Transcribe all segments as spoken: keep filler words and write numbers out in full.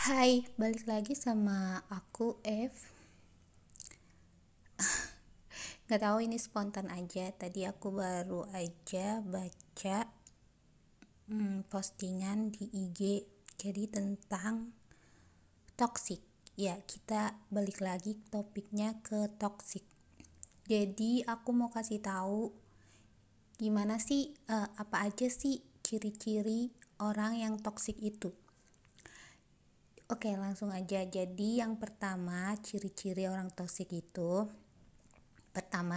Hai, balik lagi sama aku F. Gak tahu ini spontan aja. Tadi aku baru aja baca hmm, postingan di I G. Jadi tentang toxic. Ya, kita balik lagi topiknya ke toxic. Jadi aku mau kasih tahu gimana sih, uh, apa aja sih ciri-ciri orang yang toxic itu. Oke, langsung aja. Jadi yang pertama, ciri-ciri orang toksik itu, pertama,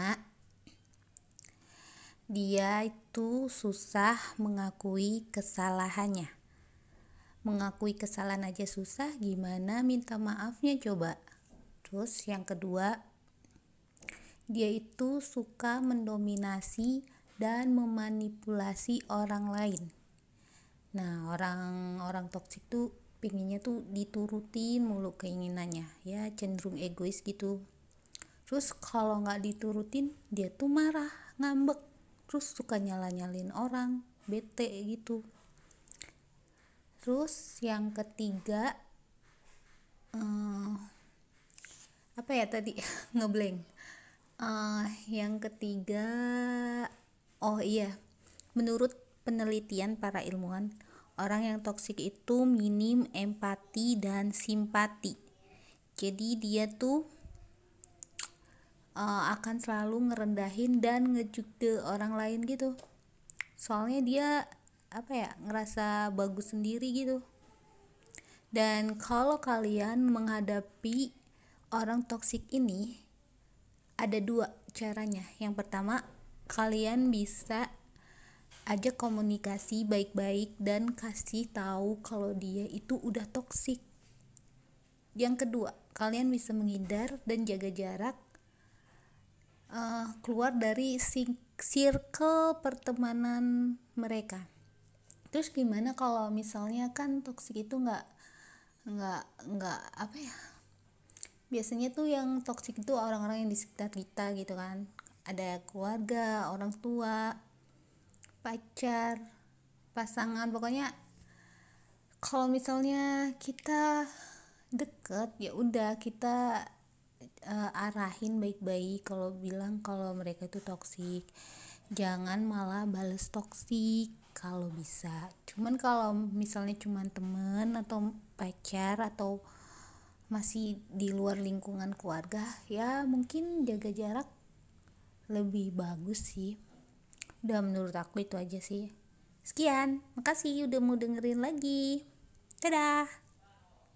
dia itu susah mengakui kesalahannya. Mengakui kesalahan aja susah, gimana minta maafnya coba. Terus yang kedua, dia itu suka mendominasi dan memanipulasi orang lain. Nah, orang-orang toksik tuh pinginnya tuh diturutin mulu keinginannya, ya cenderung egois gitu. Terus kalau nggak diturutin dia tuh marah, ngambek, terus suka nyala-nyalin orang, bete gitu. Terus yang ketiga, eh, apa ya tadi ngeblank. Eh, yang ketiga, oh iya, menurut penelitian para ilmuwan, orang yang toksik itu minim empati dan simpati. Jadi dia tuh uh, akan selalu ngerendahin dan ngejudge orang lain gitu. Soalnya dia apa ya, ngerasa bagus sendiri gitu. Dan kalau kalian menghadapi orang toksik ini, ada dua caranya. Yang pertama, kalian bisa ajak komunikasi baik-baik dan kasih tahu kalau dia itu udah toksik. Yang kedua, kalian bisa menghindar dan jaga jarak, uh, keluar dari circle pertemanan mereka. Terus gimana kalau misalnya kan toksik itu nggak nggak nggak apa ya, biasanya tuh yang toksik itu orang-orang yang di sekitar kita gitu kan, ada keluarga, orang tua, pacar, pasangan, pokoknya kalau misalnya kita deket ya udah kita uh, arahin baik-baik. Kalau bilang kalau mereka itu toksik, jangan malah bales toksik kalau bisa. Cuman kalau misalnya cuman temen atau pacar atau masih di luar lingkungan keluarga, ya mungkin jaga jarak lebih bagus sih. Udah, menurut aku itu aja sih. Sekian, makasih udah mau dengerin lagi. Dadah.